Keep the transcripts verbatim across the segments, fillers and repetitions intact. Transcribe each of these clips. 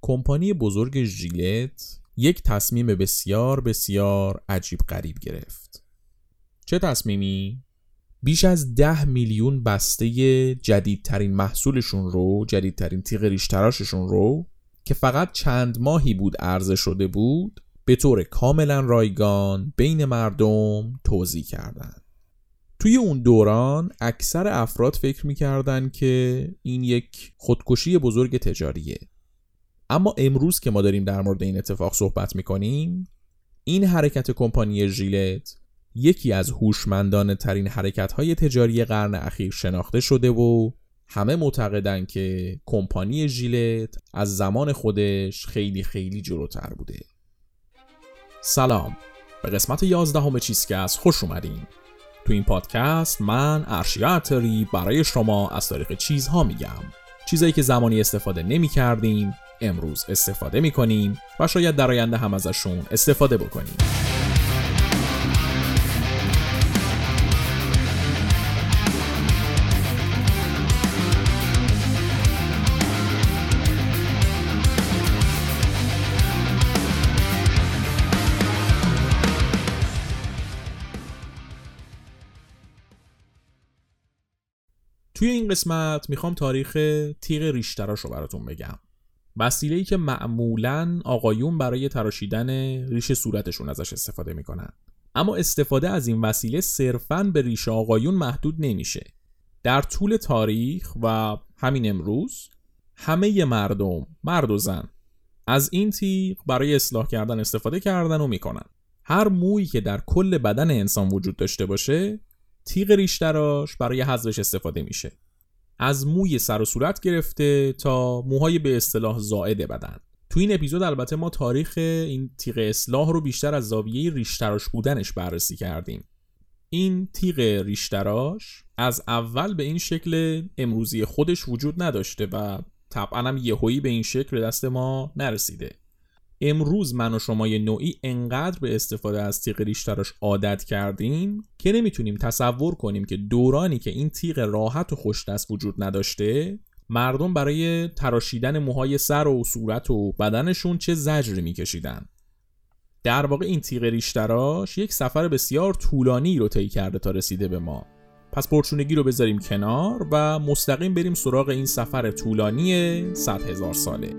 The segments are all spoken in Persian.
کمپانی بزرگ ژیلت یک تصمیم بسیار بسیار عجیب غریب گرفت. چه تصمیمی؟ بیش از ده میلیون بسته جدیدترین محصولشون رو، جدیدترین تیغ ریش تراششون رو که فقط چند ماهی بود عرضه شده بود، به طور کاملا رایگان بین مردم توزیع کردن. توی اون دوران اکثر افراد فکر می‌کردن که این یک خودکشی بزرگ تجاریه. اما امروز که ما داریم در مورد این اتفاق صحبت می‌کنیم، این حرکت کمپانی ژیلت یکی از هوشمندانه ترین حرکت‌های تجاری قرن اخیر شناخته شده و همه معتقدن که کمپانی ژیلت از زمان خودش خیلی خیلی جلوتر بوده. سلام، به قسمت یازدهم چیزکست خوش اومدین. تو این پادکست من ارشیا عطاری برای شما از تاریخ چیزها میگم، چیزایی که زمانی استفاده نمی کردیم امروز استفاده می کنیم و شاید در آینده هم ازشون استفاده بکنیم. توی این قسمت میخوام تاریخ تیغ ریش تراش رو براتون بگم. وسیله‌ای که معمولاً آقایون برای تراشیدن ریش صورتشون ازش استفاده میکنن. اما استفاده از این وسیله صرفاً به ریش آقایون محدود نمیشه. در طول تاریخ و همین امروز همه مردم، مرد و زن، از این تیغ برای اصلاح کردن استفاده کردن و میکنن. هر مویی که در کل بدن انسان وجود داشته باشه، تیغ ریش تراش برای حذفش استفاده میشه. از موی سر و صورت گرفته تا موهای به اصطلاح زائد بدن. تو این اپیزود البته ما تاریخ این تیغ اصلاح رو بیشتر از زاویه ریش تراش بودنش بررسی کردیم. این تیغ ریش تراش از اول به این شکل امروزی خودش وجود نداشته و طبعاً هم یهویی به این شکل دست ما نرسیده. امروز من و شما یه نوعی انقدر به استفاده از تیغ ریش تراش عادت کردیم که نمیتونیم تصور کنیم که دورانی که این تیغ راحت و خوش دست وجود نداشته، مردم برای تراشیدن موهای سر و صورت و بدنشون چه زجری میکشیدن. در واقع این تیغ ریش تراش یک سفر بسیار طولانی رو طی کرده تا رسیده به ما. پس پرچونگی رو بذاریم کنار و مستقیم بریم سراغ این سفر طولانی صد هزار ساله.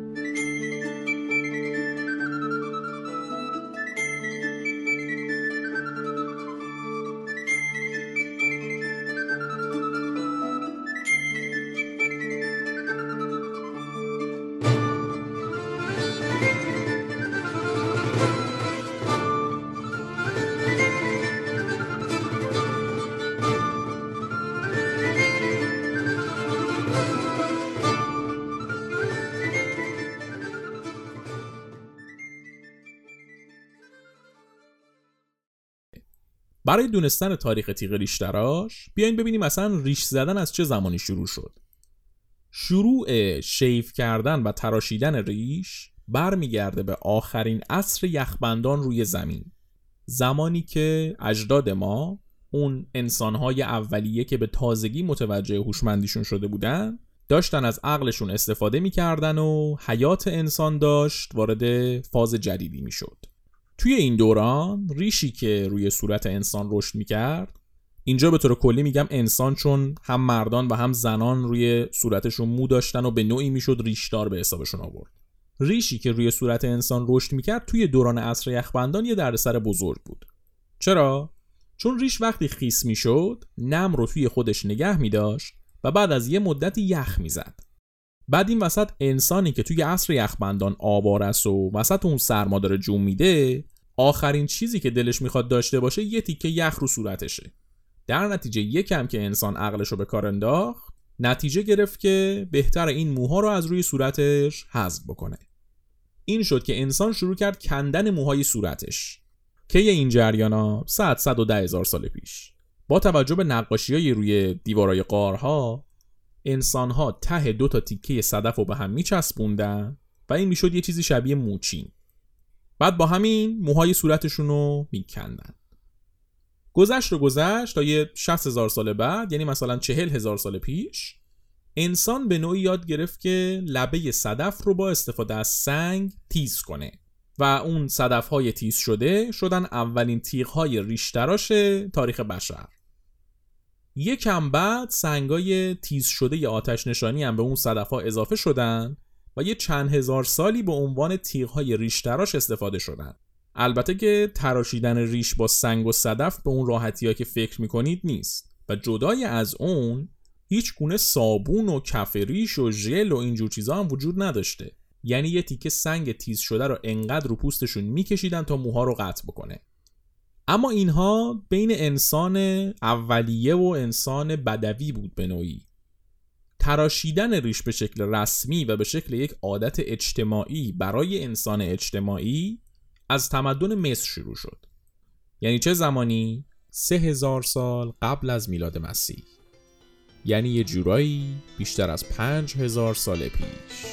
برای دونستن تاریخ تیغ ریش تراش بیاین ببینیم اصلا ریش زدن از چه زمانی شروع شد. شروع شیف کردن و تراشیدن ریش برمیگرده به آخرین عصر یخبندان روی زمین. زمانی که اجداد ما، اون انسان‌های اولیه که به تازگی متوجه هوشمندیشون شده بودن، داشتن از عقلشون استفاده می‌کردن و حیات انسان داشت وارد فاز جدیدی می‌شد. توی این دوران ریشی که روی صورت انسان رشد میکرد، اینجا به طور کلی میگم انسان چون هم مردان و هم زنان روی صورتشون مو داشتن و به نوعی میشد ریشدار به حسابشون آورد. ریشی که روی صورت انسان رشد میکرد توی دوران عصر یخبندان یه دردسر بزرگ بود. چرا؟ چون ریش وقتی خیس میشد نم رو توی خودش نگه میداشت و بعد از یه مدتی یخ میزد. بعد این وسط انسانی که توی عصر یخبندان آواره است و وسط اون سرما داره جون میده، آخرین چیزی که دلش میخواد داشته باشه یه تیکه یخ رو صورتشه. در نتیجه یکم که انسان عقلشو به کار انداخت، نتیجه گرفت که بهتر این موها رو از روی صورتش حذف بکنه. این شد که انسان شروع کرد کندن موهای صورتش. که این جریانا صد صد و ده هزار سال پیش. با توجه به نقاشی‌های روی دیوارهای غارها، انسان‌ها ته دو تا تیکه صدف رو به هم میچسبوندن و این میشد یه چیزی شبیه موچین. بعد با همین موهای صورتشون رو میکندن. گذشت و گذشت تا یه شصت هزار سال بعد، یعنی مثلا چهل هزار سال پیش، انسان به نوعی یاد گرفت که لبه صدف رو با استفاده از سنگ تیز کنه و اون صدف‌های تیز شده شدن اولین تیغ‌های ریش‌تراش تاریخ بشر. یکم بعد سنگای تیز شده ی آتش نشانی هم به اون صدف‌ها اضافه شدن و یه چند هزار سالی به عنوان تیغ‌های ریش‌تراش استفاده شدن. البته که تراشیدن ریش با سنگ و صدف به اون راحتی‌ها که فکر می‌کنید نیست و جدای از اون هیچ گونه صابون و کف ریش و ژل و اینجور چیزا هم وجود نداشته. یعنی یه تیکه سنگ تیز شده رو انقدر رو پوستشون میکشیدن تا موها رو قطع بکنه. اما اینها بین انسان اولیه و انسان بدوی بود به نوعی. تراشیدن ریش به شکل رسمی و به شکل یک عادت اجتماعی برای انسان اجتماعی از تمدن مصر شروع شد. یعنی چه زمانی؟ سه هزار سال قبل از میلاد مسیح. یعنی یه جورایی بیشتر از پنج هزار سال پیش.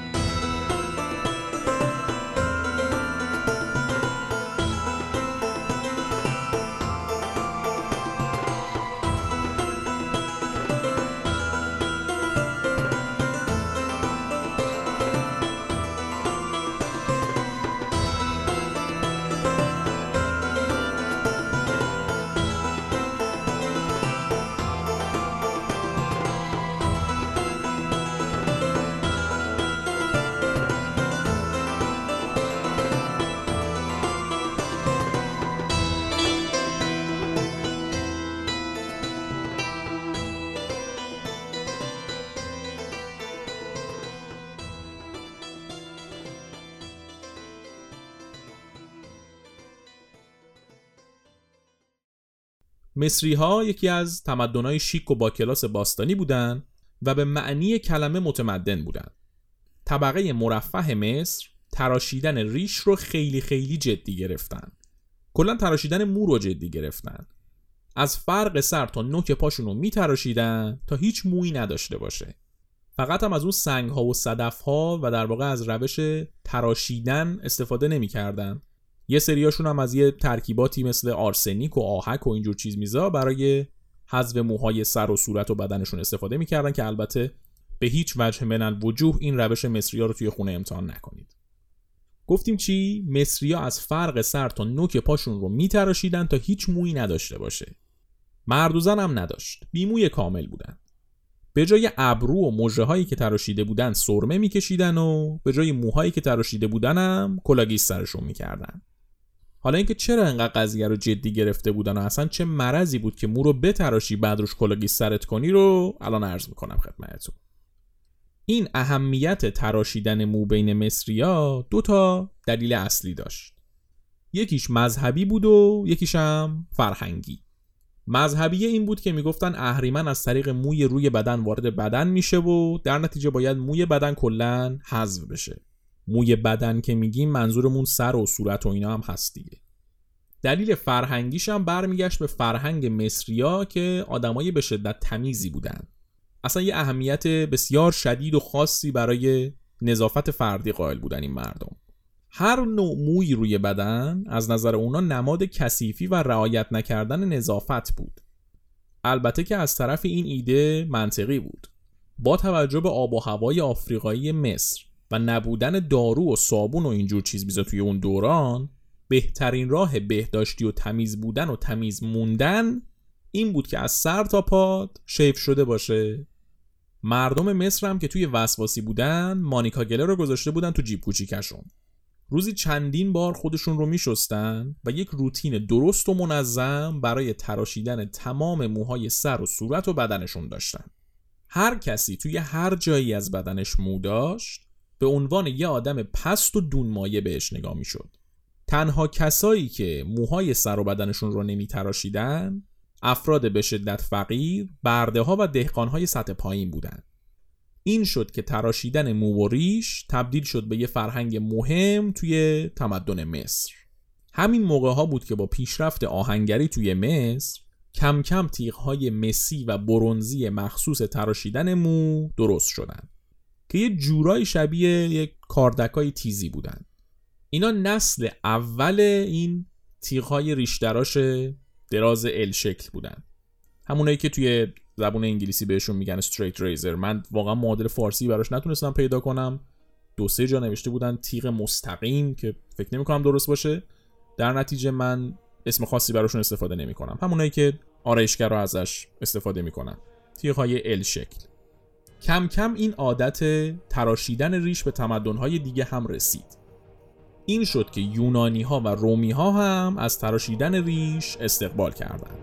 مصری ها یکی از تمدن‌های شیک و با کلاس باستانی بودن و به معنی کلمه متمدن بودن. طبقه مرفه مصر تراشیدن ریش رو خیلی خیلی جدی گرفتن. کلا تراشیدن مو رو جدی گرفتن. از فرق سر تا نوک پاشون رو میتراشیدن تا هیچ مویی نداشته باشه. فقط هم از اون سنگ ها و صدف ها و در واقع از روش تراشیدن استفاده نمی‌کردن. یه سریاشون هم از یه ترکیباتی مثل آرسنیک و آهک و اینجور چیز میزا برای حذف موهای سر و صورت و بدنشون استفاده میکردن که البته به هیچ وجه من الوجوه این روش مصری‌ها رو توی خونه امتحان نکنید. گفتیم چی؟ مصری‌ها از فرق سر تا نوک پاشون رو میتراشیدن تا هیچ مویی نداشته باشه. مرد و زن هم نداشت. بی موی کامل بودن. به جای ابرو و مژه‌هایی که تراشیده بودن سرمه میکشیدن و به جای موهایی که تراشیده بودن هم کلاگیس سرشون میکردن. حالا اینکه چرا انقدر قضیه رو جدی گرفته بودن و اصلا چه مرضی بود که مو رو بتراشی بعد روش کلاگیس سرت کنی رو الان عرض میکنم خدمتتون. این اهمیت تراشیدن مو بین مصری‌ها دو تا دلیل اصلی داشت. یکیش مذهبی بود و یکیش هم فرهنگی. مذهبی این بود که میگفتن اهریمن از طریق موی روی بدن وارد بدن میشه و در نتیجه باید موی بدن کلاً حذف بشه. موی بدن که میگیم منظورمون سر و صورت و اینا هم هست دیگه. دلیل فرهنگیش هم برمیگشت به فرهنگ مصری‌ها که آدمای به شدت تمیزی بودن. اصلا یه اهمیت بسیار شدید و خاصی برای نظافت فردی قائل بودن این مردم. هر نوع موی روی بدن از نظر اونا نماد کثیفی و رعایت نکردن نظافت بود. البته که از طرف این ایده منطقی بود. با توجه به آب و هوای آفریقایی مصر و نبودن دارو و صابون و اینجور چیز بیزا توی اون دوران، بهترین راه بهداشتی و تمیز بودن و تمیز موندن این بود که از سر تا پات شیف شده باشه. مردم مصر هم که توی وسواسی بودن مانیکا گله رو گذاشته بودن تو جیب کوچیکشون. روزی چندین بار خودشون رو میشستن و یک روتین درست و منظم برای تراشیدن تمام موهای سر و صورت و بدنشون داشتن. هر کسی توی هر جایی از بدنش مو داشت به عنوان یه آدم پست و دونمایه بهش نگاه میشد. تنها کسایی که موهای سر و بدنشون رو نمی تراشیدن افراد به شدت فقیر، برده ها و دهقان های سطح پایین بودن. این شد که تراشیدن مو و ریش تبدیل شد به یه فرهنگ مهم توی تمدن مصر. همین موقع ها بود که با پیشرفت آهنگری توی مصر کم کم تیغ‌های مسی و برنزی مخصوص تراشیدن مو درست شدن که یه جورایی شبیه یک کاردکای تیزی بودن. اینا نسل اول این تیغ‌های ریش‌دراش دراز ال شکل بودن. همونایی که توی زبون انگلیسی بهشون میگن استریت ریزر. من واقعا معادل فارسی براش نتونستم پیدا کنم. دو سه جا نوشته بودن تیغ مستقیم که فکر نمی‌کنم درست باشه. در نتیجه من اسم خاصی براشون استفاده نمی‌کنم. همونایی که آرایشگرا ازش استفاده می‌کنن. تیغ‌های ال شکل. کم کم این عادت تراشیدن ریش به تمدن‌های دیگه هم رسید. این شد که یونانی‌ها و رومی‌ها هم از تراشیدن ریش استقبال کردند.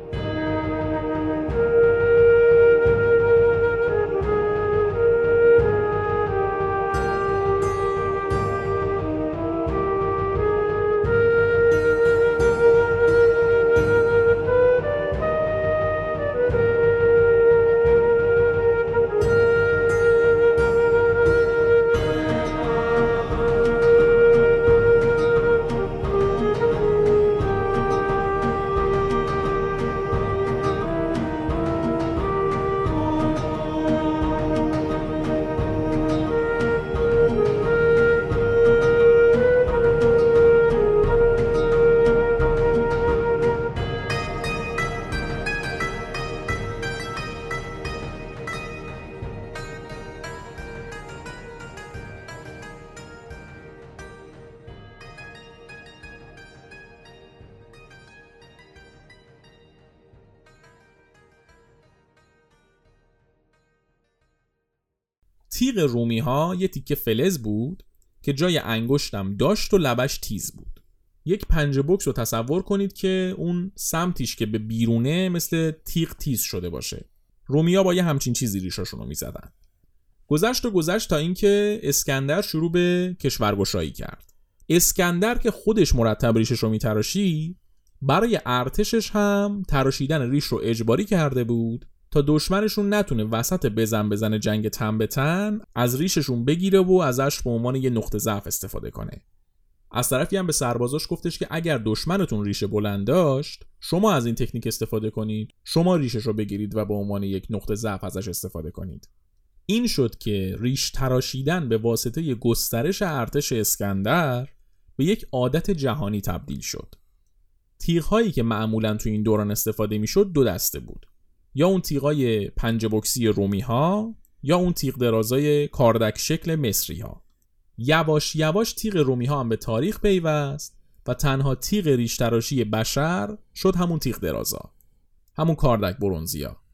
تیغ رومی ها یه تیکه فلز بود که جای انگشتم داشت و لبش تیز بود. یک پنجه بوکس رو تصور کنید که اون سمتیش که به بیرونه مثل تیغ تیز شده باشه. رومی ها با یه همچین چیزی ریشاشون رو میزدن. گذشت و گذشت تا اینکه اسکندر شروع به کشورگشایی کرد. اسکندر که خودش مرتب ریشش رو میتراشی، برای ارتشش هم تراشیدن ریش رو اجباری کرده بود تا دشمنشون نتونه وسط بزن بزن جنگ تن به تن از ریششون بگیره و ازش به عنوان یه نقطه ضعف استفاده کنه. از طرفی هم به سربازاش گفتش که اگر دشمنتون ریش بلند داشت، شما از این تکنیک استفاده کنید، شما ریشش رو بگیرید و به عنوان یک نقطه ضعف ازش استفاده کنید. این شد که ریش تراشیدن به واسطه گسترش ارتش اسکندر به یک عادت جهانی تبدیل شد. تیغ‌هایی که معمولاً تو این دوران استفاده می‌شد دو دسته بود. یا اون تیغای پنجه بوکسی رومی ها یا اون تیغ درازای کاردک شکل مصری ها. یواش یواش تیغ رومی ها هم به تاریخ پیوست و تنها تیغ ریش تراشی بشر شد همون تیغ درازا، همون کاردک برنزی ها.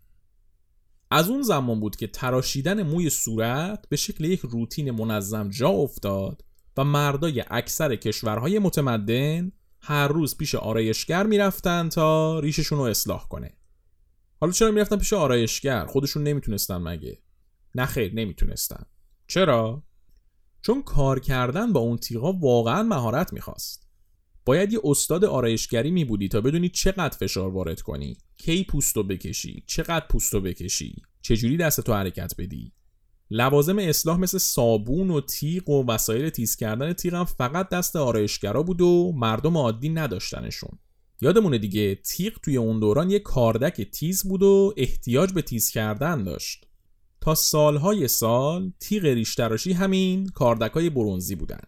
از اون زمان بود که تراشیدن موی صورت به شکل یک روتین منظم جا افتاد و مردای اکثر کشورهای متمدن هر روز پیش آرایشگر میرفتن تا ریششون رو اصلاح کنه. حالا چرا میرفتن پیش آرایشگر؟ خودشون نمیتونستن مگه؟ نه خیر، نمیتونستن. چرا؟ چون کار کردن با اون تیغا واقعا مهارت میخواست. باید یه استاد آرایشگری میبودی تا بدونی چقدر فشار وارد کنی، کی پوستو بکشی، چقدر پوستو بکشی، چجوری دستتو حرکت بدی. لوازم اصلاح مثل صابون و تیغ و وسایل تیز کردن تیغ هم فقط دست آرایشگرا بود و مردم عادی نداشتنشون. یادمونه دیگه تیغ توی اون دوران یک کاردک تیز بود و احتیاج به تیز کردن داشت. تا سالهای سال تیغ ریش تراشی همین کاردکای برنزی بودن.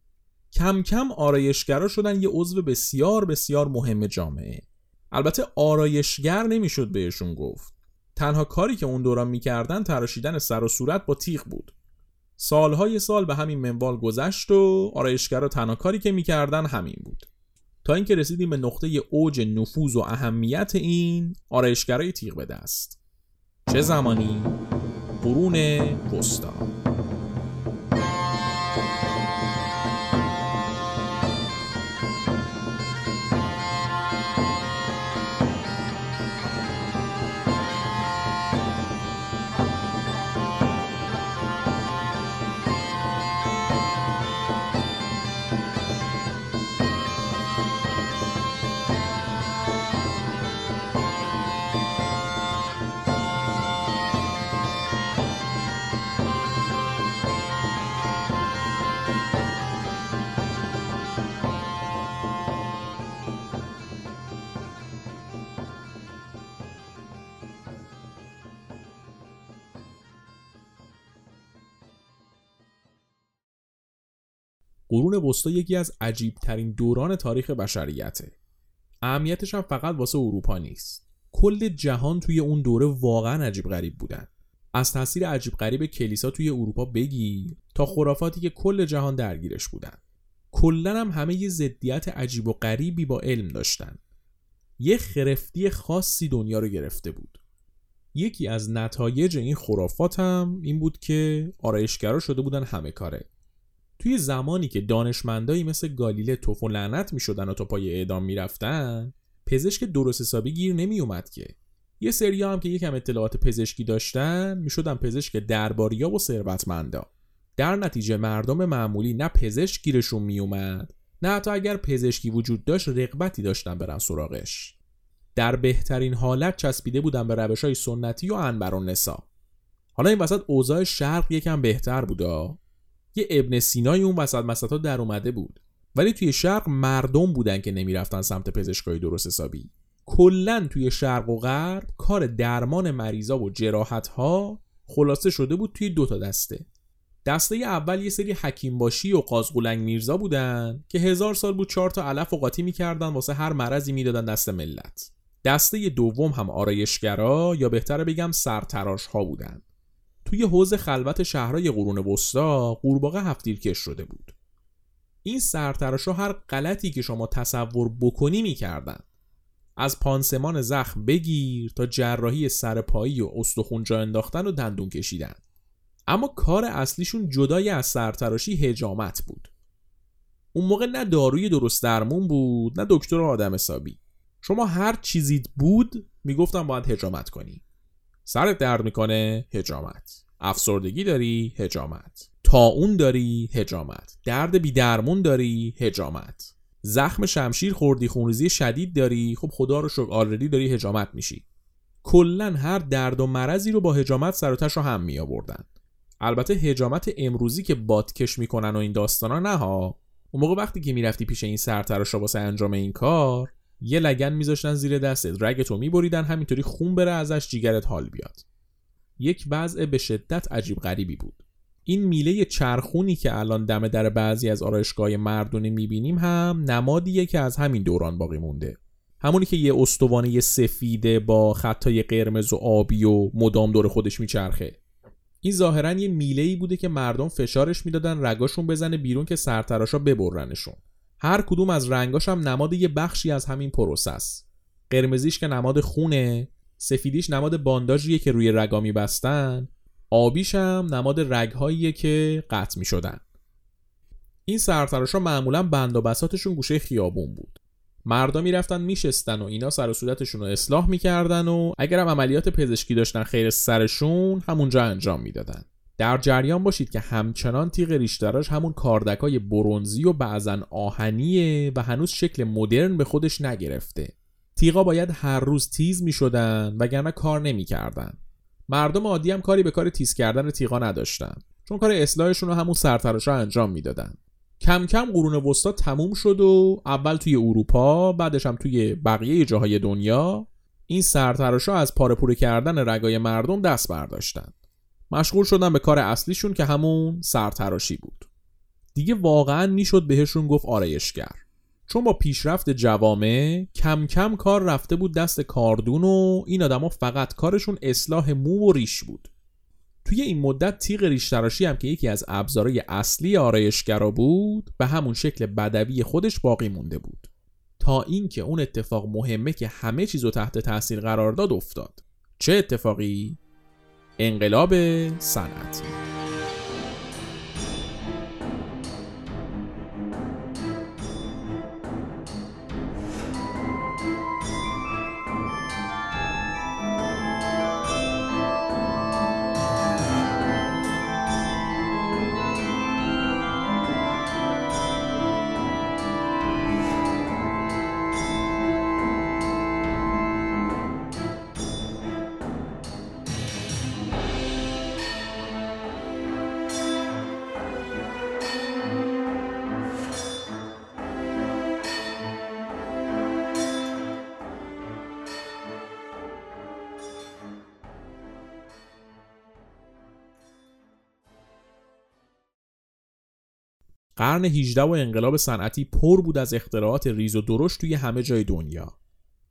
کم کم آرایشگرا شدن یه عضو بسیار بسیار مهم جامعه. البته آرایشگر نمیشد بهشون گفت. تنها کاری که اون دوران میکردن تراشیدن سر و صورت با تیغ بود. سالهای سال به همین منوال گذشت و آرایشگرا تنها کاری که میکردن همین بود. تا اینکه رسیدیم به نقطه اوج نفوذ و اهمیت این آرایشگرای تیغ به دست. چه زمانی؟ قرون وسطی. قرون وسطی یکی از عجیب ترین دوران تاریخ بشریته. اهمیتش هم فقط واسه اروپا نیست. کل جهان توی اون دوره واقعا عجیب غریب بودن. از تاثیر عجیب غریب کلیسا توی اروپا بگیر تا خرافاتی که کل جهان درگیرش بودن. کلن هم همه یه ضدیت عجیب و غریبی با علم داشتن. یه خرفتی خاصی دنیا رو گرفته بود. یکی از نتایج این خرافات هم این بود که آرایشگرا شده بودن همه کاره. توی زمانی که دانشمندایی مثل گالیله توف و لعنت می شدن و تا پای اعدام می رفتن، پزشک درست حسابی گیر نمی اومد که. یه سریا هم که یکم اطلاعات پزشکی داشتن می شدن پزشک درباریا و ثروتمندا. در نتیجه مردم معمولی نه پزشک گیرشون می اومد، نه حتی اگر پزشکی وجود داشت رغبتی داشتن برن سراغش. در بهترین حالت چسبیده بودن به روش‌های سنتی و عنبرالنسا. حالا این وسط اوضاع شرق یکم بهتر بودا. یه ابن سینای اون وسط مسطا در اومده بود، ولی توی شرق مردم بودن که نمیرفتن سمت پزشکای درست حسابی. کلن توی شرق و غرب کار درمان مریضا و جراحت‌ها خلاصه شده بود توی دو تا دسته. دسته اول یه سری حکیم باشی و قازقلنگ میرزا بودن که هزار سال بود چهار تا علف و قاطی میکردن واسه هر مرضی میدادن دست ملت. دسته دوم هم آرایشگرا یا بهتره بگم سرتراش ها بودن. توی حوض خلوت شهرهای قرون وسطا قورباغه هفت‌تیرکش شده بود. این سرتراش ها هر غلطی که شما تصور بکنی میکردن. از پانسمان زخم بگیر تا جراحی سرپایی و استخوان جا انداختن و دندون کشیدن. اما کار اصلیشون جدای از سرتراشی حجامت بود. اون موقع نه داروی درست درمون بود، نه دکتر آدم حسابی. شما هر چیزیت بود میگفتن باید حجامت کنی. سرت درد میکنه، حجامت. افسردگی داری، حجامت. طاعون داری، حجامت. درد بی درمون داری، حجامت. زخم شمشیر خوردی، خونریزی شدید داری، خب خدا رو شکر آلردی داری، حجامت میشی. کلن هر درد و مرضی رو با حجامت سر و تهش رو هم می آوردن. البته حجامت امروزی که بادکش میکنن و این داستانا نه ها. اون موقع وقتی که میرفتی پیش این سرتراشا واسه انجام این کار، یه لگن میذاشتن زیر دستت، رگتو میبریدن، همینطوری خون بره ازش، جیگرت حال بیاد. یک وضع به شدت عجیب غریبی بود. این میله چرخونی که الان دم در بعضی از آرایشگاه مردونه میبینیم هم نمادیه که از همین دوران باقی مونده. همونی که یه استوانه سفیده با خطای قرمز و آبی و مدام دور خودش میچرخه. این ظاهرا یه میله‌ای بوده که مردم فشارش میدادن رگاشون بزنه بیرون که سرتراشا ببرنشون. هر کدوم از رنگاش هم نماد یه بخشی از همین پروسه است. قرمزیش که نماد خونه، سفیدیش نماد بانداژیه که روی رگا میبستن، آبیش هم نماد رگ‌هاییه که قطع میشدن. این سرتراشا معمولا بند و بساطشون گوشه خیابون بود. مردا میرفتن میشستن و اینا سر و صورتشون رو اصلاح میکردن و اگر هم عملیات پزشکی داشتن خیر سرشون همونجا انجام میدادن. در جریان باشید که همچنان تیغ ریش‌تراش همون کاردکای برنزی و بعضن آهنیه و هنوز شکل مدرن به خودش نگرفته. تیغا باید هر روز تیز میشدن وگرنه کار نمیکردن. مردم عادی هم کاری به کار تیز کردن تیغا نداشتن، چون کار اصلاحشون رو همون سرتراشا انجام میدادن. کم کم قرون وسطا تموم شد و اول توی اروپا بعدش هم توی بقیه جاهای دنیا این سرتراشا از پاره پوره کردن رگای مردم دست برداشتن. مشغول شدن به کار اصلیشون که همون سرتراشی بود. دیگه واقعا میشد بهشون گفت آرایشگر، چون با پیشرفت جوامع کم کم کار رفته بود دست کاردون و این آدما فقط کارشون اصلاح مو و ریش بود. توی این مدت تیغ ریش‌تراشی هم که یکی از ابزارهای اصلی آرایشگرا بود به همون شکل بدوی خودش باقی مونده بود، تا اینکه اون اتفاق مهمه که همه چیزو تحت تاثیر قرار داد افتاد. چه اتفاقی؟ انقلاب صنعتی. قرن هجدهم و انقلاب صنعتی پر بود از اختراعات ریز و درشت توی همه جای دنیا.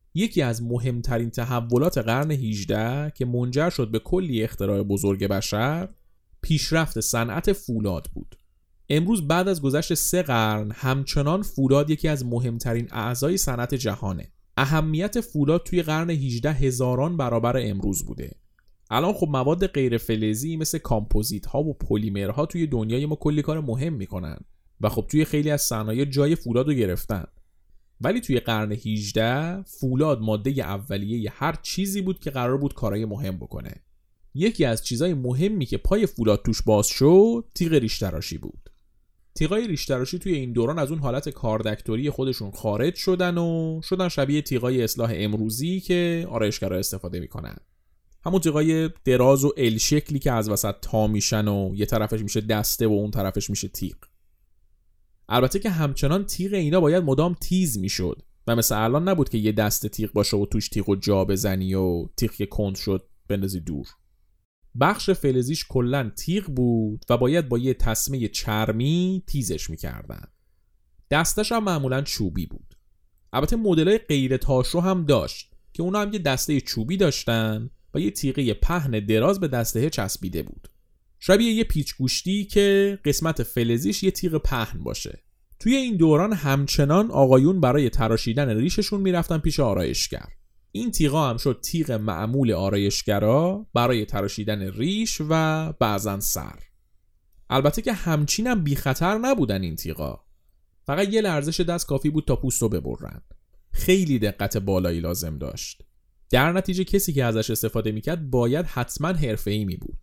یکی از مهمترین تحولات قرن هجدهم که منجر شد به کلی اختراع بزرگ بشر، پیشرفت صنعت فولاد بود. امروز بعد از گذشت سه قرن همچنان فولاد یکی از مهمترین اعضای صنعت جهانه. اهمیت فولاد توی قرن هجدهم هزاران برابر امروز بوده. الان خب مواد غیر فلزی مثل کامپوزیت ها و پلیمرها توی دنیای ما کلی کار مهم میکنن و خب توی خیلی از صنایع جای فولاد رو گرفتن. ولی توی قرن هجدهم فولاد ماده اولیه هر چیزی بود که قرار بود کارهای مهم بکنه. یکی از چیزای مهمی که پای فولاد توش باز شد تیغ ریش تراشی بود. تیغای ریش تراشی توی این دوران از اون حالت کاردکتوری خودشون خارج شدن و شدن شبیه تیغای اصلاح امروزی که آرایشگرا استفاده میکنن. همون تیغای دراز و ال شکلی که از وسط تا میشن و یه طرفش میشه دسته و اون طرفش میشه تیغ. البته که همچنان تیغ اینا باید مدام تیز میشد و مثل الان نبود که یه دسته تیغ باشه و توش تیغو جا بزنی و تیغ که کند شد بندازی دور. بخش فلزیش کلن تیغ بود و باید با یه تسمه چرمی تیزش میکردن. دستش هم معمولا چوبی بود. البته مدلای غیر تاشو هم داشت که اونا هم یه دسته چوبی داشتن و یه تیغه پهن دراز به دسته چسبیده بود. شبیه یه پیچ گوشتی که قسمت فلزیش یه تیغ پهن باشه. توی این دوران همچنان آقایون برای تراشیدن ریششون میرفتن پیش آرایشگر. این تیغا هم شد تیغ معمول آرایشگرا برای تراشیدن ریش و بعضن سر. البته که همچین هم بی خطر نبودن این تیغا. فقط یه لرزش دست کافی بود تا پوستو ببرن. خیلی دقت بالایی لازم داشت. در نتیجه کسی که ازش استفاده میکرد باید حتما حرفه‌ای می بود.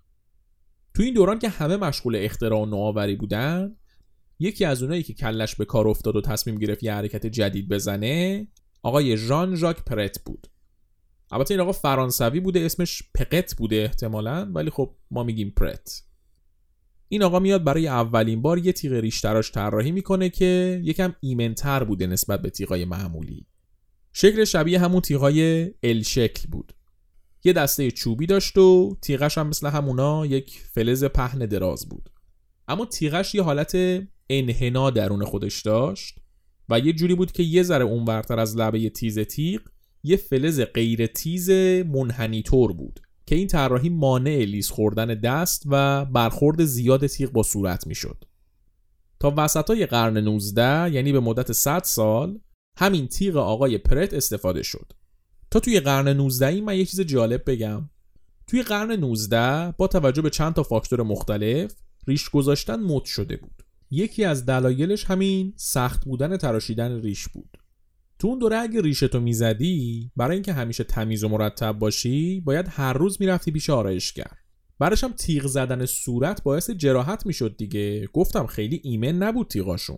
تو این دوران که همه مشغول اختراع و نوآوری بودن، یکی از اونایی که کلش به کار افتاد و تصمیم گرفت یه حرکت جدید بزنه آقای ژان ژاک پرت بود. البته این آقا فرانسوی بوده، اسمش پقت بوده احتمالاً، ولی خب ما میگیم پرت. این آقا میاد برای اولین بار یه تیغ ریش تراش طراحی میکنه که یکم ایمن‌تر بوده نسبت به تیغای معمولی. شکل شبیه همون تیغای ال شکل بود. یه دسته چوبی داشت و تیغش هم مثل همونا یک فلز پهن دراز بود. اما تیغش یه حالت انحنا درون خودش داشت و یه جوری بود که یه ذره اونورتر از لبه تیز تیغ یه فلز غیر تیز منحنی طور بود که این طراحی مانع لیز خوردن دست و برخورد زیاد تیغ با صورت میشد. تا وسطای قرن نوزدهم، یعنی به مدت صد سال، همین تیغ آقای پرت استفاده شد. تا توی قرن نوزدهم من یه چیز جالب بگم. توی قرن نوزدهم با توجه به چند تا فاکتور مختلف ریش گذاشتن مد شده بود. یکی از دلایلش همین سخت بودن تراشیدن ریش بود. تو اون دوره اگه ریشتو میزدی، برای اینکه همیشه تمیز و مرتب باشی باید هر روز میرفتی پیش آرایشگر. برایش هم تیغ زدن صورت باعث جراحت میشد دیگه. گفتم خیلی ایمن نبود تیغاشون.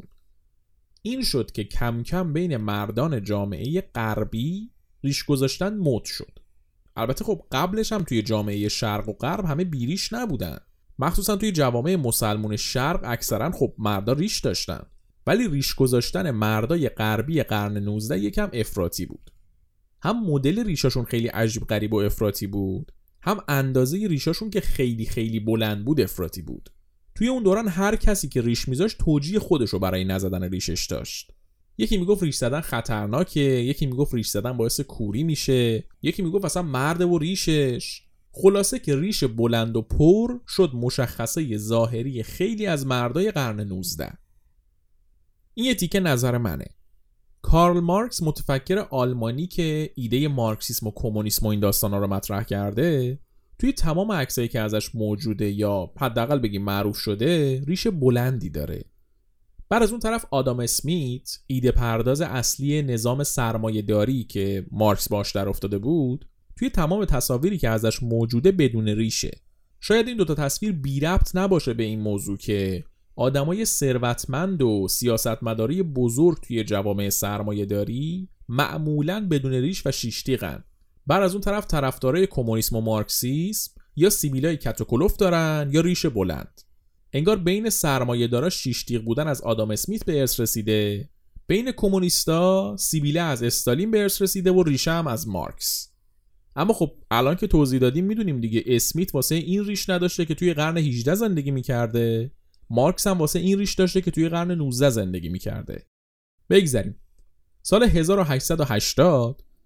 این شد که کم کم بین مردان جامعه غربی ریش گذاشتن مد شد. البته خب قبلش هم توی جامعه شرق و غرب همه بیریش نبودن. مخصوصا توی جوامع مسلمون شرق اکثرا خب مردا ریش داشتن. ولی ریش گذاشتن مردای غربی قرن نوزدهم یکم افراطی بود. هم مدل ریشاشون خیلی عجیب غریب و افراطی بود، هم اندازه ریشاشون که خیلی خیلی بلند بود افراطی بود. توی اون دوران هر کسی که ریش میذاشت توجیه خودشو برای نزدن ریشش داشت. یکی میگفت ریش زدن خطرناکه، یکی میگفت ریش زدن باعث کوری میشه، یکی میگفت اصلا مرده و ریشش. خلاصه که ریش بلند و پر شد مشخصه ظاهری خیلی از مردای قرن نوزدهم. این یه تیکه نظر منه. کارل مارکس متفکر آلمانی که ایده مارکسیسم و کمونیسم و این داستانا رو مطرح کرده، توی تمام عکسایی که ازش موجوده یا حداقل بگیم معروف شده ریش بلندی داره. بعد از اون طرف آدام اسمیت، ایده پرداز اصلی نظام سرمایه‌داری که مارکس باش در افتاده بود، توی تمام تصاویری که ازش موجوده بدون ریشه. شاید این دوتا تصویر بی ربط نباشه به این موضوع که آدمای ثروتمند و سیاستمداری بزرگ توی جوامع سرمایه‌داری معمولاً بدون ریش و شیش تیغن. بعد از اون طرف طرفدارای کمونیسم و مارکسیسم یا سیبیلای کت و کلفت دارن یا ریش بلند. انگار بین سرمایه‌دارا شیش تیغ بودن از آدام اسمیت به ارث رسیده، بین کمونیستا سیبیله از استالین به ارث رسیده و ریشه هم از مارکس. اما خب الان که توضیح دادیم میدونیم دیگه اسمیت واسه این ریش نداشته که توی قرن هجدهم زندگی میکرده، مارکس هم واسه این ریش داشته که توی قرن نوزدهم زندگی میکرده. بگذاریم. سال هزار و هشتصد و هشتاد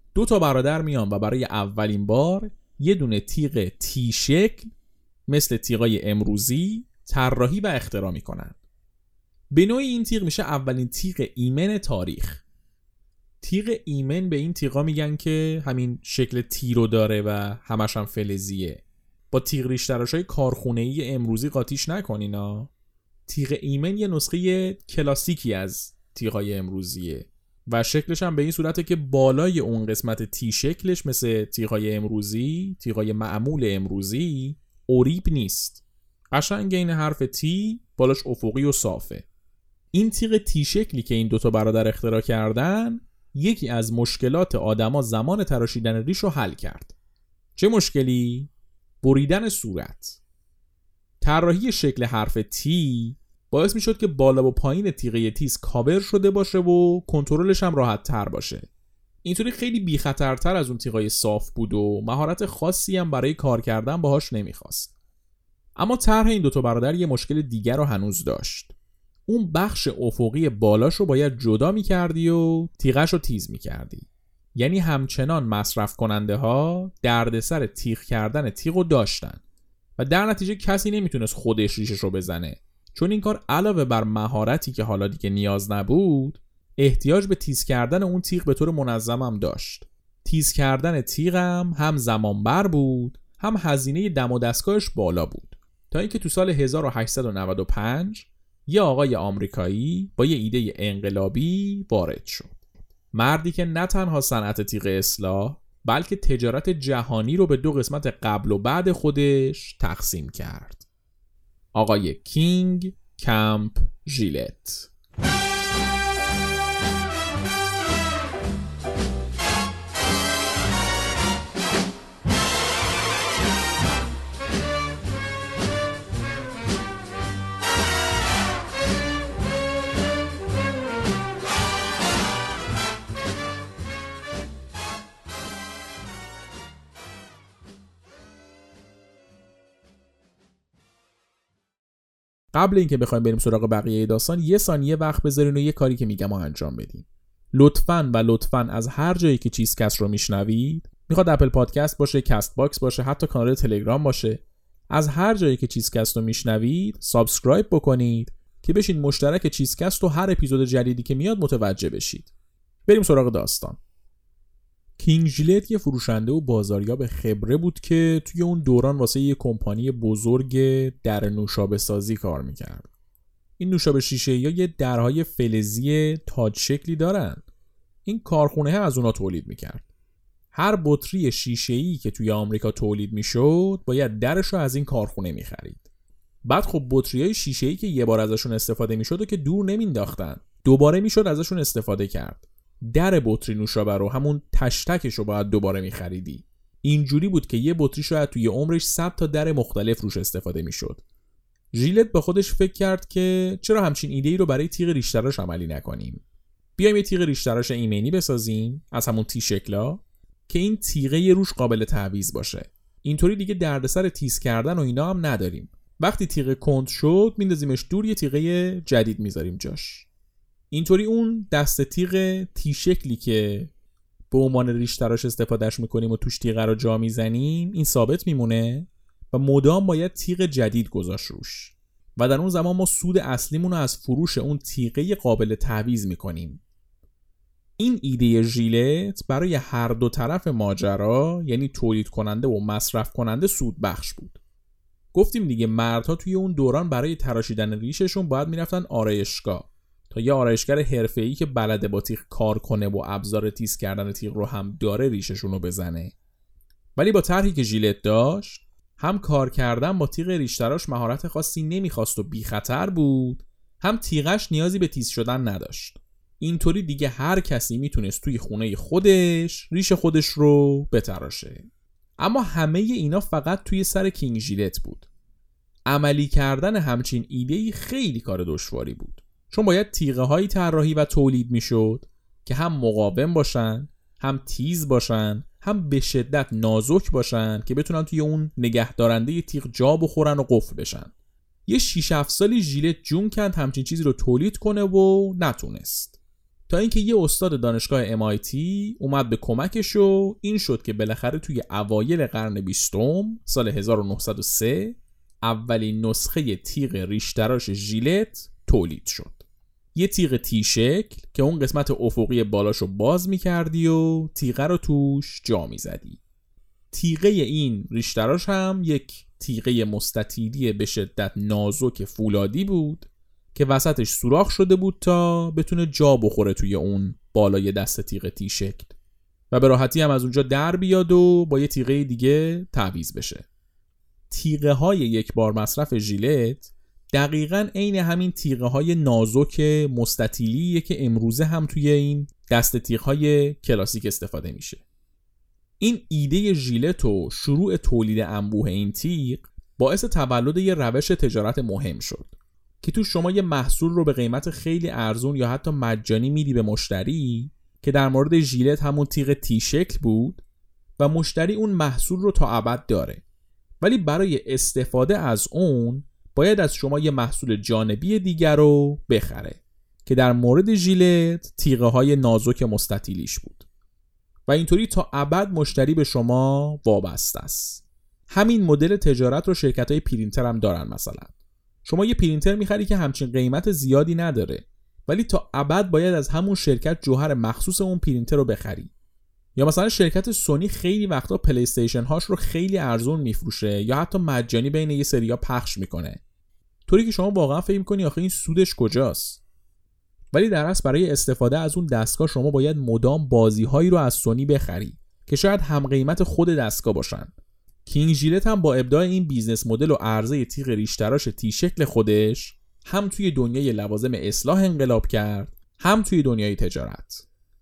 دو تا برادر میان و برای اولین بار یه دونه تیغ تی شکل مثل تیغای امروزی طراحی و اختراع میکنن. به نوعی این تیغ میشه اولین تیغ ایمن تاریخ. تیغ ایمن به این تیغا میگن که همین شکل تی رو داره و همش هم فلزیه. با تیغ ریش تراشای کارخونه‌ای امروزی قاطیش نکنینا. تیغ ایمن یه نسخه کلاسیکی از تیغای امروزیه و شکلش هم به این صورته که بالای اون قسمت تی شکلش مثل تیغای امروزی، تیغای معمول امروزی اوریب نیست. قشنگ این حرف تی بالاش افقی و صافه. این تیغ تی شکلی که این دوتا برادر اختراع کردن یکی از مشکلات آدما زمان تراشیدن ریش رو حل کرد. چه مشکلی؟ بریدن صورت. طراحی شکل حرف تی باعث می شد که بالا و پایین تیغه تیز کاور شده باشه و کنترلش هم راحت تر باشه. اینطوری خیلی بی خطرتر از اون تیغای صاف بود و مهارت خاصی هم برای کار کردن باهاش نمیخواست. اما طرح این دوتا برادر یه مشکل دیگر رو هنوز داشت. اون بخش افقی بالاش رو باید جدا میکردی و تیغش رو تیز میکردی. یعنی همچنان مصرف کننده ها دردسر تیغ کردن تیغ رو داشتن و در نتیجه کسی نمیتونست خودش ریشش رو بزنه، چون این کار علاوه بر مهارتی که حالا دیگه نیاز نبود احتیاج به تیز کردن اون تیغ به طور منظم هم داشت. تیز کردن تیغم هم زمان بر بود، هم هزینه دم و دستگاهش بالا بود، تا اینکه تو سال هزار و هشتصد و نود و پنج یه آقای آمریکایی با یه ایده انقلابی وارد شد. مردی که نه تنها صنعت تیغ اصلاح بلکه تجارت جهانی رو به دو قسمت قبل و بعد خودش تقسیم کرد. آقای کینگ کمپ ژیلت. قبل اینکه بخوایم بریم سراغ بقیه داستان یه ثانیه وقت بذارین و یه کاری که میگم رو انجام بدین. لطفاً و لطفاً از هر جایی که چیزکست رو میشنوید، میخواد اپل پادکست باشه، کست باکس باشه، حتی کانال تلگرام باشه، از هر جایی که چیزکست رو میشنوید سابسکرایب بکنید که بشین مشترک چیزکست و هر اپیزود جدیدی که میاد متوجه بشید. بریم سراغ داستان. کینگ ژیلت یه فروشنده و بازاریاب خبره بود که توی اون دوران واسه یه کمپانی بزرگ در نوشابه سازی کار میکرد. این نوشابه شیشه‌ای ها یه درهای فلزی تاج شکلی دارن. این کارخونه ها از اونا تولید میکرد. هر بطری شیشه‌ای که توی آمریکا تولید میشد باید درش رو از این کارخونه میخرید. بعد خب بطریای شیشه‌ای که یه بار ازشون استفاده میشد و که دور نمینداختن، دوباره میشد ازشون استفاده کرد. در بطری نوشابه رو، همون تشتکش رو باید دوباره می‌خریدی. اینجوری بود که یه بطری شاید توی عمرش صد تا در مختلف روش استفاده می‌شد. ژیلت با خودش فکر کرد که چرا همچین ایده‌ای رو برای تیغ ریش تراش عملی نکنیم. بیایم یه تیغ ریش تراش ایمنی بسازیم از همون تی شکلا که این تیغه روش قابل تعویض باشه. اینطوری دیگه دردسر تیز کردن و اینا هم نداریم. وقتی تیغ کند شد میندازیمش دور، یه تیغه جدید میذاریم جاش. اینطوری اون دست تیغ تی شکلی که به عنوان ریش تراش استفادهش میکنیم و توش تیغه رو جا میزنیم این ثابت میمونه و مدام باید تیغ جدید گذاشت روش و در اون زمان ما سود اصلیمون رو از فروش اون تیغه قابل تعویض میکنیم. این ایده ژیلت برای هر دو طرف ماجرا، یعنی تولید کننده و مصرف کننده، سود بخش بود. گفتیم دیگه مردها توی اون دوران برای تراشیدن ریششون باید میرفتن آرایشگاه تا یه آرایشگر حرفه‌ای که بلده با تیغ کار کنه و ابزار تیز کردن تیغ رو هم داره ریششون رو بزنه. ولی با طرحی که ژیلت داشت، هم کار کردن با تیغ ریش تراش مهارت خاصی نمیخواست و بی خطر بود، هم تیغش نیازی به تیز شدن نداشت. اینطوری دیگه هر کسی میتونست توی خونه خودش ریش خودش رو بتراشه. اما همه اینا فقط توی سر کینگ ژیلت بود. عملی کردن همچین ایده‌ای خیلی کار دشواری بود، چون باید تیغه هایی طراحی و تولید میشد که هم مقاوم باشن، هم تیز باشن، هم به شدت نازک باشن که بتونن توی اون نگهدارنده تیغ جا بخورن و قفل بشن. یه شش هفت سالی ژیلت جون کند همچین چیزی رو تولید کنه و نتونست. تا اینکه یه استاد دانشگاه ام آی تی اومد به کمکش و این شد که بالاخره توی اوایل قرن بیستم سال هزار و نهصد و سه اولین نسخه تیغ ریش تراش ژیلت تولید شد. یه تیغ تی شکل که اون قسمت افقی بالاشو باز می‌کردی و تیغه رو توش جا می‌زدی. تیغه این ریش تراش هم یک تیغه مستطیلی به شدت نازک فولادی بود که وسطش سوراخ شده بود تا بتونه جا بخوره توی اون بالای دست تیغ تی شکل و به راحتی هم از اونجا در بیاد و با یه تیغه دیگه تعویض بشه. تیغه های یک بار مصرف ژیلت دقیقاً عین همین تیغه های نازک مستطیلیه که امروزه هم توی این دست تیغ های کلاسیک استفاده میشه. این ایده ژیلت و شروع تولید انبوه این تیغ باعث تولد یه روش تجارت مهم شد که تو شما یه محصول رو به قیمت خیلی ارزون یا حتی مجانی میدی به مشتری که در مورد ژیلت همون تیغ تی شکل بود و مشتری اون محصول رو تا ابد داره، ولی برای استفاده از اون باید از شما یه محصول جانبی دیگر رو بخره که در مورد ژیلت تیغه های نازک مستطیلیش بود و اینطوری تا ابد مشتری به شما وابسته است. همین مدل تجارت رو شرکت‌های پرینتر هم دارن. مثلا شما یه پرینتر می‌خری که همچین قیمت زیادی نداره، ولی تا ابد باید از همون شرکت جوهر مخصوص اون پرینتر رو بخری. یا مثلا شرکت سونی خیلی وقتا پلی استیشن هاش رو خیلی ارزون میفروشه یا حتی مجانی بین یه سریا پخش میکنه، طوری که شما واقعا فکر می‌کنی آخه این سودش کجاست؟ ولی در اصل برای استفاده از اون دستگاه شما باید مدام بازی‌هایی رو از سونی بخری که شاید هم قیمت خود دستگاه باشن. کینگ ژیلت هم با ابداع این بیزنس مدل و عرضه تیغ ریش تراش تی شکل خودش هم توی دنیای لوازم اصلاح انقلاب کرد، هم توی دنیای تجارت.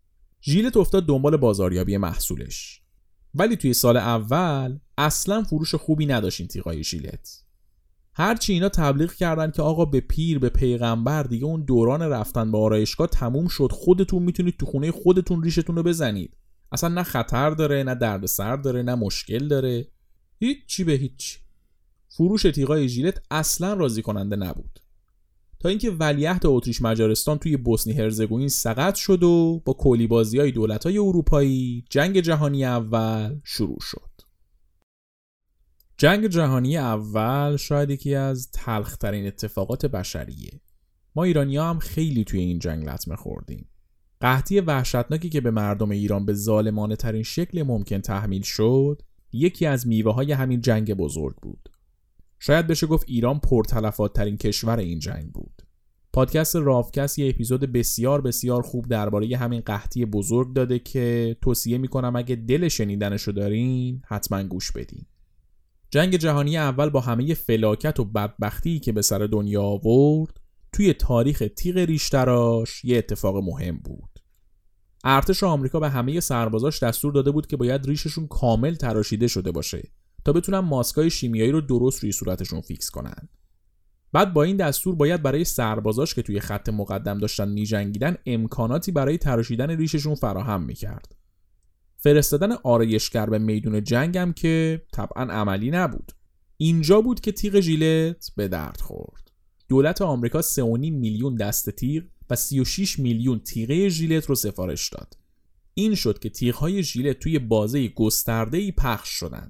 ژیلت افتاد دنبال بازاریابی محصولش، ولی توی سال اول اصلا فروش خوبی نداشت این تیغای ژیلت. هرچی اینا تبلیغ کردن که آقا به پیر به پیغمبر دیگه اون دوران رفتن به آرایشگاه تموم شد، خودتون میتونید تو خونه خودتون ریشتون رو بزنید، اصلا نه خطر داره، نه دردسر داره، نه مشکل داره، هیچ چی به هیچ. فروش تیغای ژیلت اصلا راضی کننده نبود تا اینکه ولیعهد اتریش مجارستان توی بوسنی هرزگوین سقط شد و با کولیبازی‌های دولت‌های اروپایی جنگ جهانی اول شروع شد. جنگ جهانی اول شاید یکی از تلخ‌ترین اتفاقات بشریه. ما ایرانی‌ها هم خیلی توی این جنگ لطمه خوردیم. قحطی وحشتناکی که به مردم ایران به ظالمانه ترین شکل ممکن تحمیل شد، یکی از میوه‌های همین جنگ بزرگ بود. شاید بشه گفت ایران پرتلفات ترین کشور این جنگ بود. پادکست رافکست یه اپیزود بسیار بسیار خوب درباره همین قحطی بزرگ داده که توصیه میکنم اگه دل شنیدنشو دارین حتما گوش بدین. جنگ جهانی اول با همه فلاکت و بدبختی که به سر دنیا آورد، توی تاریخ تیغ ریش تراش یه اتفاق مهم بود. ارتش آمریکا به همه سربازاش دستور داده بود که باید ریششون کامل تراشیده شده باشه تا بتونن ماسکای شیمیایی رو درست روی صورتشون فیکس کنن. بعد با این دستور باید برای سربازاش که توی خط مقدم داشتن می‌جنگیدن امکاناتی برای تراشیدن ریششون فراهم می‌کرد. فرستادن آرایشگر به میدون جنگ هم که طبعاً عملی نبود. اینجا بود که تیغ ژیلت به درد خورد. دولت آمریکا سه و نیم میلیون دست تیغ و سی و شش میلیون تیغه ژیلت رو سفارش داد. این شد که تیغ‌های ژیلت توی بازه گسترده‌ای پخش شدن.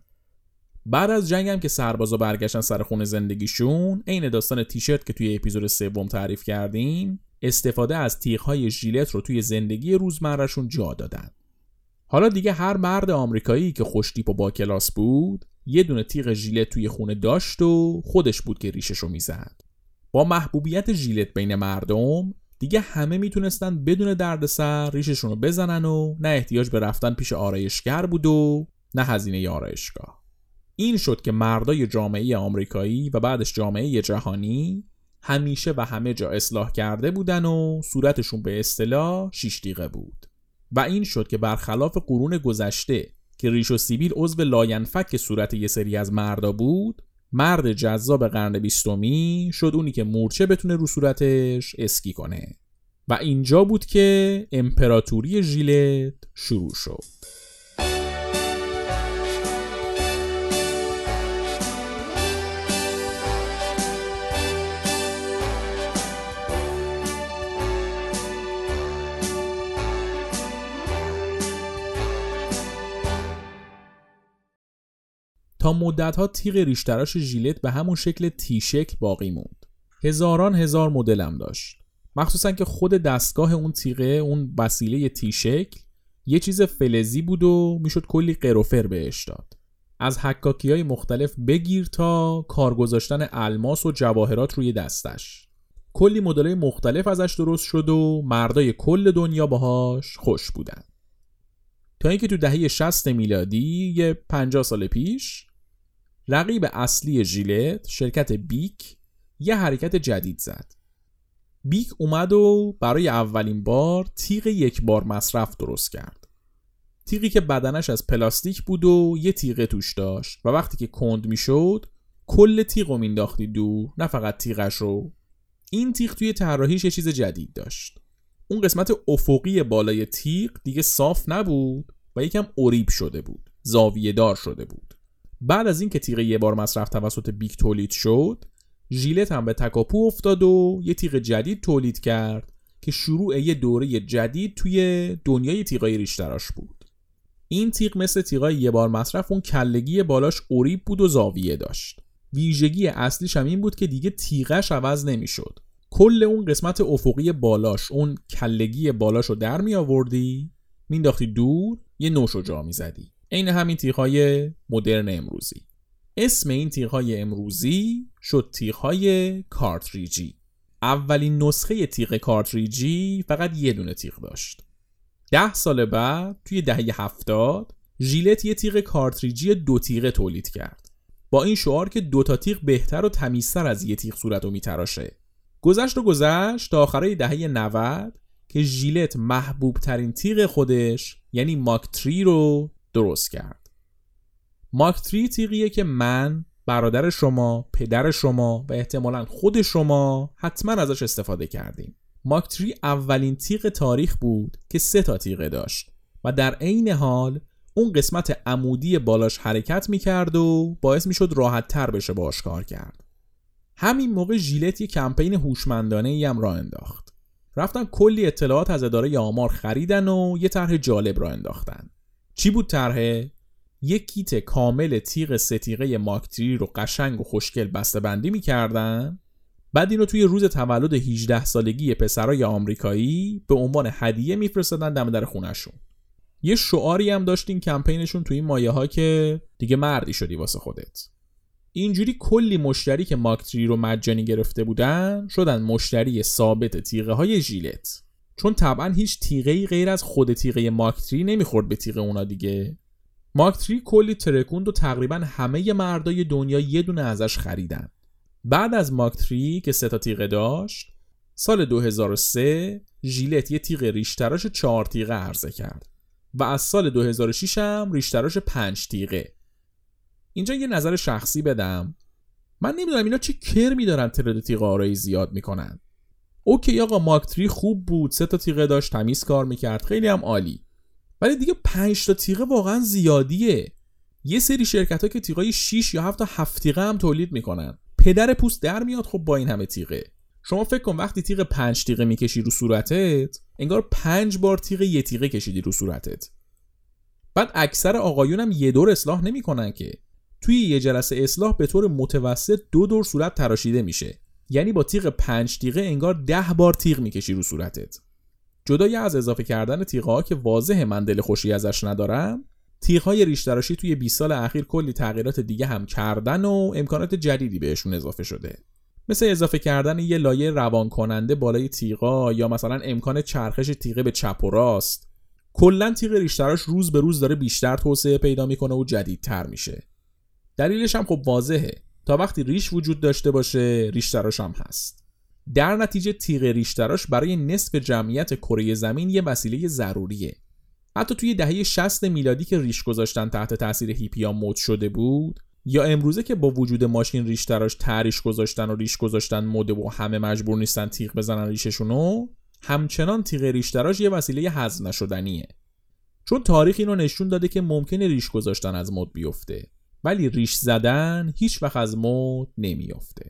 بعد از جنگ هم که سربازا برگشتن سر خونه زندگیشون، عین داستان تیشرت که توی اپیزود سوم تعریف کردیم، استفاده از تیغ‌های ژیلت رو توی زندگی روزمرهشون جا دادن. حالا دیگه هر مرد آمریکایی که خوش‌تیپ و با کلاس بود، یه دونه تیغ ژیلت توی خونه داشت و خودش بود که ریششو میزد. با محبوبیت ژیلت بین مردم، دیگه همه میتونستن بدون دردسر ریششون رو بزنن و نه احتیاج به رفتن پیش آرایشگر بود و نه هزینه آرایشگاه. این شد که مردای جامعه آمریکایی و بعدش جامعه جهانی همیشه و همه جا اصلاح کرده بودن و صورتشون به اصطلاح شیش تیغه بود. و این شد که برخلاف قرون گذشته که ریش و سیبیل عضو لاینفک صورت یه سری از مردا بود، مرد جذاب قرن بیستمی شد اونی که مورچه بتونه رو صورتش اسکی کنه. و اینجا بود که امپراتوری ژیلت شروع شد. تا مدت‌ها تیغ ریش‌تراش ژیلت به همون شکل تی شکل باقی موند. هزاران هزار مدل هم داشت. مخصوصا که خود دستگاه اون تیغه، اون وسیله تی شکل، یه چیز فلزی بود و میشد کلی قروفر بهش داد. از حکاکی‌های مختلف بگیر تا کار گذاشتن الماس و جواهرات روی دستش. کلی مدل‌های مختلف ازش درست شد و مردای کل دنیا باهاش خوش بودن. تا اینکه تو دهه شصت میلادی، یه پنجاه سال پیش، رقیب اصلی ژیلت، شرکت بیک، یه حرکت جدید زد. بیک اومد و برای اولین بار تیغ یک بار مصرف درست کرد. تیغی که بدنش از پلاستیک بود و یه تیغه توش داشت و وقتی که کند میشد کل تیغو مینداختی دور، نه فقط تیغش رو. این تیغ توی طراحیش یه چیز جدید داشت. اون قسمت افقی بالای تیغ دیگه صاف نبود و یکم اریب شده بود، زاویه دار شده بود. بعد از این که تیغ یه بار مصرف توسط بیک تولید شد، ژیلت هم به تکاپو افتاد و یه تیغ جدید تولید کرد که شروع یه دوره جدید توی دنیای تیغای ریش‌تراش بود. این تیغ مثل تیغای یه بار مصرف اون کلگی بالاش اریب بود و زاویه داشت. ویژگی اصلیش هم این بود که دیگه تیغش عوض نمی‌شد. کل اون قسمت افقی بالاش، اون کلگی بالاش رو در می آوردی، مینداختی دور، یه نوشو جا میزدی. عین همین تیغ‌های مدرن امروزی. اسم این تیغ‌های امروزی شد تیغ‌های کارتریجی. اولین نسخه تیغ کارتریجی فقط یه دونه تیغ داشت. ده سال بعد توی دهه هفتاد ژیلت یه تیغ کارتریجی دو تیغه تولید کرد، با این شعار که دو تا تیغ بهتر و تمیزتر از یه تیغ صورتو میتراشه. گذشت و گذشت تا آخرای دهه نود که ژیلت محبوب ترین تیغ خودش یعنی ماک تری رو درست کرد. ماک تری تیغیه که من، برادر شما، پدر شما و احتمالاً خود شما حتما ازش استفاده کردیم. ماک تری اولین تیغ تاریخ بود که سه تا تیغه داشت و در عین حال اون قسمت عمودی بالاش حرکت میکرد و باعث میشد راحت تر بشه باهاش کار کرد. همین موقع ژیلت یه کمپین هوشمندانه‌ای هم راه انداخت. رفتن کلی اطلاعات از اداره آمار خریدن و یه طرح جالب راه انداختن. چی بود طرح؟ یک کیت کامل تیغ سه تیغه ماک تری رو قشنگ و خوشگل بسته‌بندی می‌کردن. بعد اینو توی روز تولد هجده سالگی پسرای آمریکایی به عنوان هدیه میفرستادن دم در خونه‌شون. یه شعاری هم داشتین کمپینشون توی این مایه‌ها که دیگه مردی شدی واسه خودت. اینجوری کلی مشتری که ماک تری رو مجانی گرفته بودن شدن مشتری ثابت تیغه های ژیلت، چون طبعا هیچ تیغه‌ای غیر از خود تیغه ماک تری نمیخورد به تیغه اونا دیگه. ماک تری کلی ترکوند و تقریبا همه مردای دنیا یه دونه ازش خریدن. بعد از ماک تری که سه تا تیغه داشت، سال دو هزار و سه ژیلت یه تیغ ریش‌تراش چهار تیغه عرضه کرد و از سال دو هزار و شش هم ریش‌تراش پنج تیغه. اینجا یه نظر شخصی بدم، من نمیدونم اینا چه کرمی دارن تعداد تیغه آرایی زیاد میکنن. اوکی آقا، ماک تری خوب بود، سه تا تیغه داشت، تمیز کار میکرد، خیلی هم عالی، ولی دیگه پنج تا تیغه واقعا زیادیه. یه سری شرکت ها که تیغای شش یا هفت تا هفت تیغه هم تولید میکنن، پدر پوست در میاد. خب با این همه تیغه شما فکر کن وقتی تیغ پنج تیغه میکشی رو صورتت، انگار پنج بار تیغ یه تیغه کشیدی رو صورتت. بعد اکثر آقایون هم یه دور اصلاح نمیکنن که، توی یه جلسه اصلاح به طور متوسط دو دور صورت تراشیده میشه. یعنی با تیغ پنج تیغه انگار ده بار تیغ میکشی رو صورتت. جدای از اضافه کردن تیغه ها که واضحه من دل خوشی ازش ندارم، تیغ های ریش تراشی توی بیست سال اخیر کلی تغییرات دیگه هم کردن و امکانات جدیدی بهشون اضافه شده، مثل اضافه کردن یه لایه روان کننده بالای تیغا یا مثلا امکان چرخش تیغه به چپ و راست. کلا تیغ ریش تراش روز به روز داره بیشتر توسعه پیدا میکنه و جدیدتر میشه. دلیلش هم خب واضحه، تا وقتی ریش وجود داشته باشه ریش تراش هم هست. در نتیجه تیغ ریش تراش برای نصف جمعیت کره زمین یه وسیله ضروریه. حتی توی دهه شصت میلادی که ریش گذاشتن تحت تاثیر هیپیا مد شده بود، یا امروزه که با وجود ماشین ریش تراش تریش گذاشتن و ریش گذاشتن مد و همه مجبور نیستن تیغ بزنن ریششونو، همچنان تیغ ریش تراش یه وسیله حذف نشدنیه. چون تاریخ اینو نشون داده که ممکنه ریش گذاشتن از مد بیفته، ولی ریش زدن هیچ وقت از مد نمیافته.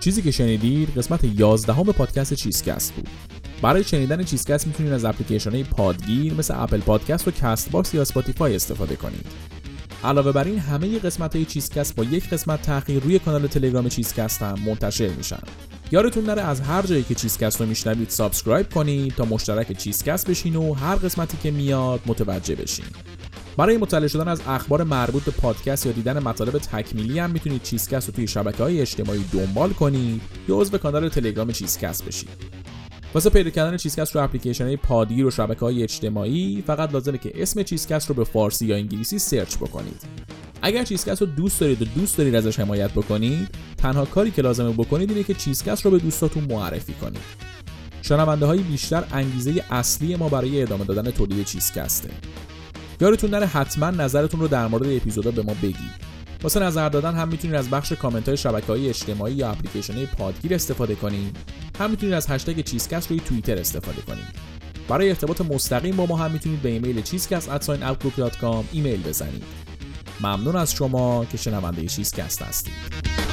چیزی که شنیدید قسمت یازدهم پادکست چیزکست بود. برای شنیدن چیزکست میتونید از اپلیکیشن‌های پادگیر مثل اپل پادکست و کست باکس یا اسپاتیفای استفاده کنید. علاوه بر این همه قسمت‌های چیزکست با یک قسمت تأخیر روی کانال تلگرام چیزکست هم منتشر میشن. یادتون نره از هر جایی که چیزکست رو میشنوید سابسکرایب کنید تا مشترک چیزکست بشین و هر قسمتی که میاد متوجه بشین. برای مطلع شدن از اخبار مربوط به پادکست یا دیدن مطالب تکمیلی هم میتونید چیزکست رو توی شبکه‌های اجتماعی دنبال کنید یا عضو کانال تلگرام چیزکست بشید. واسه پیدا کردن چیزکست رو اپلیکیشن‌های پادگیر و شبکه‌های اجتماعی فقط لازمه که اسم چیزکست رو به فارسی یا انگلیسی سرچ بکنید. اگر چیزکست رو دوست دارید و دوست دارید ازش حمایت بکنید، تنها کاری که لازمه بکنید اینه که چیزکست رو به دوستاتون معرفی کنید. شنونده‌های بیشتر انگیزه اصلی ما برای ادامه دادن تولید چیزکسته. یادتون نره حتما نظرتون رو در مورد اپیزودا به ما بگید. واسه نظر دادن هم میتونید از بخش کامنت‌های شبکه‌های اجتماعی یا اپلیکیشن‌های پادگیر استفاده کنید. هم میتونید از هشتگ چیزکست روی توییتر استفاده کنید. برای ارتباط مستقیم با ما هم میتونید به ایمیل چیزکست ات اوتلوک دات کام ایمیل بزنید. ممنون از شما که شنونده چیزکست هستید.